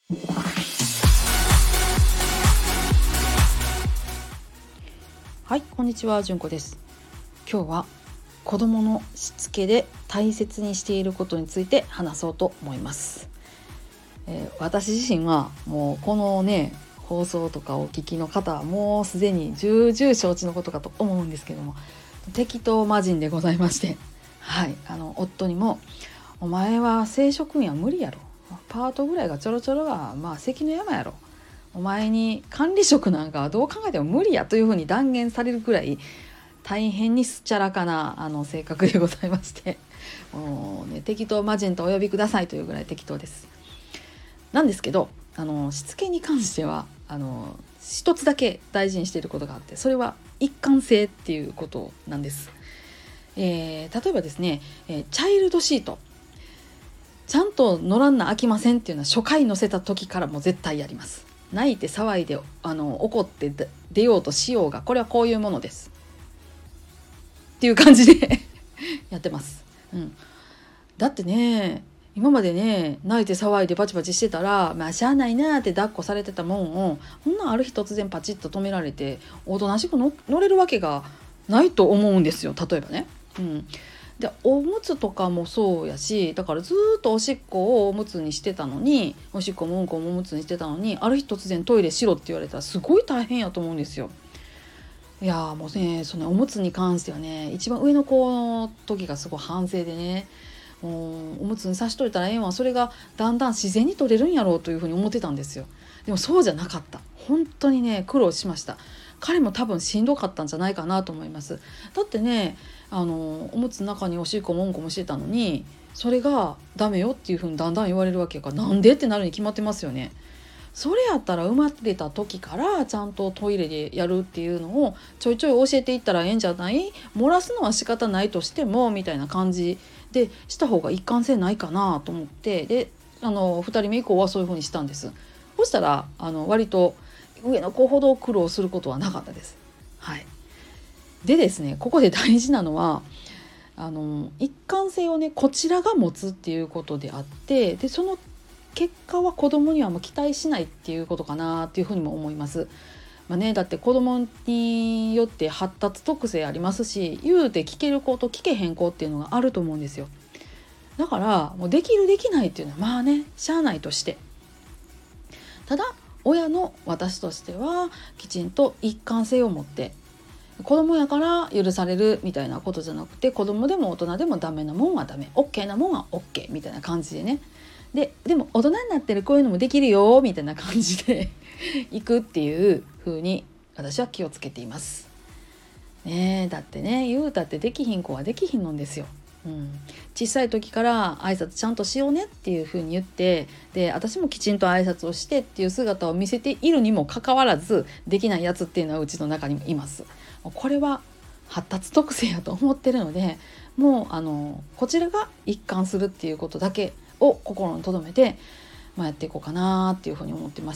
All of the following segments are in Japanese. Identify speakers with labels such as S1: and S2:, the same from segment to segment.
S1: はい、こんにちは、じゅんこです。今日は子供のしつけで大切にしていることについて話そうと思います。私自身はもうこのね放送とかお聞きの方はもうすでに重々承知のことかと思うんですけども、適当魔人でございまして、はい、夫にもお前は正職員は無理やろ、パートぐらいがちょろちょろが関の山やろ、お前に管理職なんかはどう考えても無理やというふうに断言されるくらい大変にすっちゃらかな性格でございましてもう、ね、適当魔人とお呼びくださいというぐらい適当ですなんですけど、しつけに関しては一つだけ大事にしていることがあって、それは一貫性っていうことなんです。例えばですね、チャイルドシートちゃんと乗らんなあきませんっていうのは初回乗せた時からもう絶対やります。泣いて騒いで怒って出ようとしようが、これはこういうものですっていう感じでやってます、だってね、今までね泣いて騒いでバチバチしてたらしゃあないなって抱っこされてたもんを、こんなある日突然パチッと止められておとなしく乗れるわけがないと思うんですよ。例えばね、でおむつとかもそうやし、だからずっとおしっこをおむつにしてたのに、おしっこもうんこもおむつにしてたのに、ある日突然トイレしろって言われたらすごい大変やと思うんですよ。いやもうね、そのおむつに関してはね、一番上の子の時がすごい反省でね、もうおむつにさしといたらええわ、それがだんだん自然に取れるんやろうというふうに思ってたんですよ。でもそうじゃなかった。本当にね苦労しました。彼も多分しんどかったんじゃないかなと思います。だってね、おむつの中におしっこもうんこもしてたのに、それがダメよっていうふうにだんだん言われるわけやから、なんでってなるに決まってますよね。それやったら生まれた時からちゃんとトイレでやるっていうのをちょいちょい教えていったらええんじゃない？漏らすのは仕方ないとしてもみたいな感じでした方が一貫性ないかなと思って、で2人目以降はそういう風にしたんです。そしたら割と上の子ほど苦労することはなかったです。はい。でですね、ここで大事なのは一貫性をねこちらが持つっていうことであって、でその結果は子供にはもう期待しないっていうことかなっていうふうにも思います。だって子供によって発達特性ありますし、言うて聞ける子と聞けへん子っていうのがあると思うんですよ。だからもうできるできないっていうのはしゃあないとして、ただ親の私としてはきちんと一貫性を持って、子供やから許されるみたいなことじゃなくて、子供でも大人でもダメなもんはダメ、 OK なもんは OK みたいな感じでね、でも大人になってるこういうのもできるよみたいな感じで行くっていう風に私は気をつけています。だってね、言うたってできひん子はできひんのんですよ。小さい時から挨拶ちゃんとしようねっていう風に言って、で私もきちんと挨拶をしてっていう姿を見せているにもかかわらずできないやつっていうのはうちの中にもいます。これは発達特性やと思ってるので、もうこちらが一貫するっていうことだけを心に留めて、やっていこうかなっていうふうに思ってます。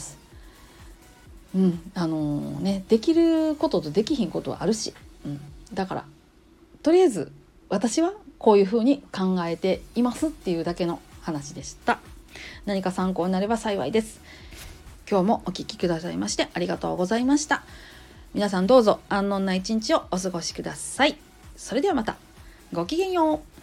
S1: できることとできひんことはあるし、だからとりあえず私はこういうふうに考えていますっていうだけの話でした。何か参考になれば幸いです。今日もお聞きくださいましてありがとうございました。皆さんどうぞ安穏な一日をお過ごしください。それではまた。ごきげんよう。